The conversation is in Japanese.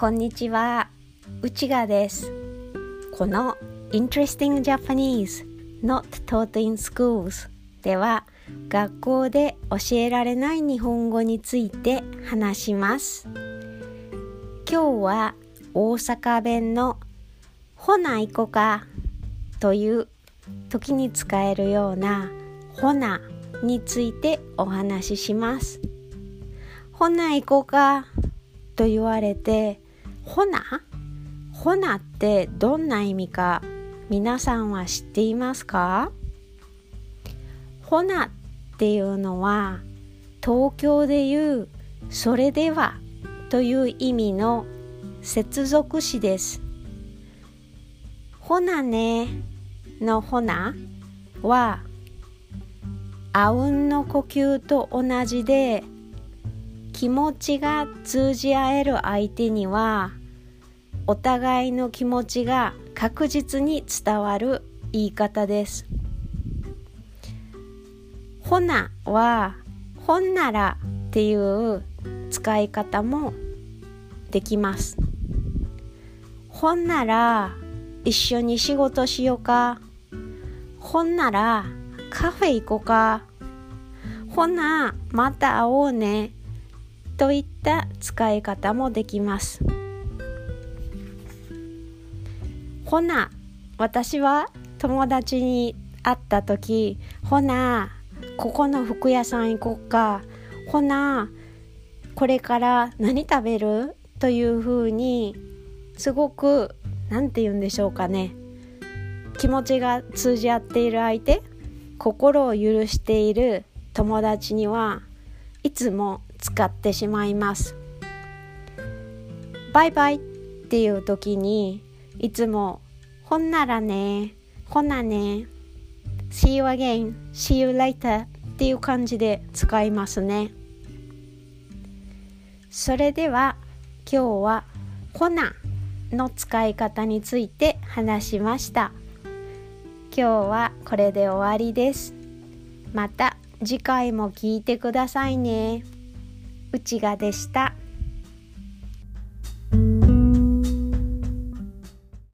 こんにちは、内賀です。この Interesting Japanese Not Taught in Schools では学校で教えられない日本語について話します。今日は大阪弁のほな行こかという時に使えるようなほなについてお話しします。ほな行こうかと言われて、ほなってどんな意味か皆さんは知っていますか？ほなっていうのは東京でいうそれではという意味の接続詞です。ほなねのほなはあうんの呼吸と同じで、気持ちが通じ合える相手にはお互いの気持ちが確実に伝わる言い方です。ほなはほんならっていう使い方もできます。ほんなら一緒に仕事しようか、ほんならカフェ行こうか、ほなまた会おうねといった使い方もできます。ほな、私は友達に会ったとき、ほな、ここの服屋さん行こうか、ほな、これから何食べるというふうに、すごく、なんて言うんでしょうかね。気持ちが通じ合っている相手、心を許している友達にはいつも使ってしまいます。バイバイっていう時にいつもほんならね、ほなね、See you again, see you later っていう感じで使いますね。それでは今日はほなの使い方について話しました。今日はこれで終わりです。また次回も聞いてくださいね。内賀でした。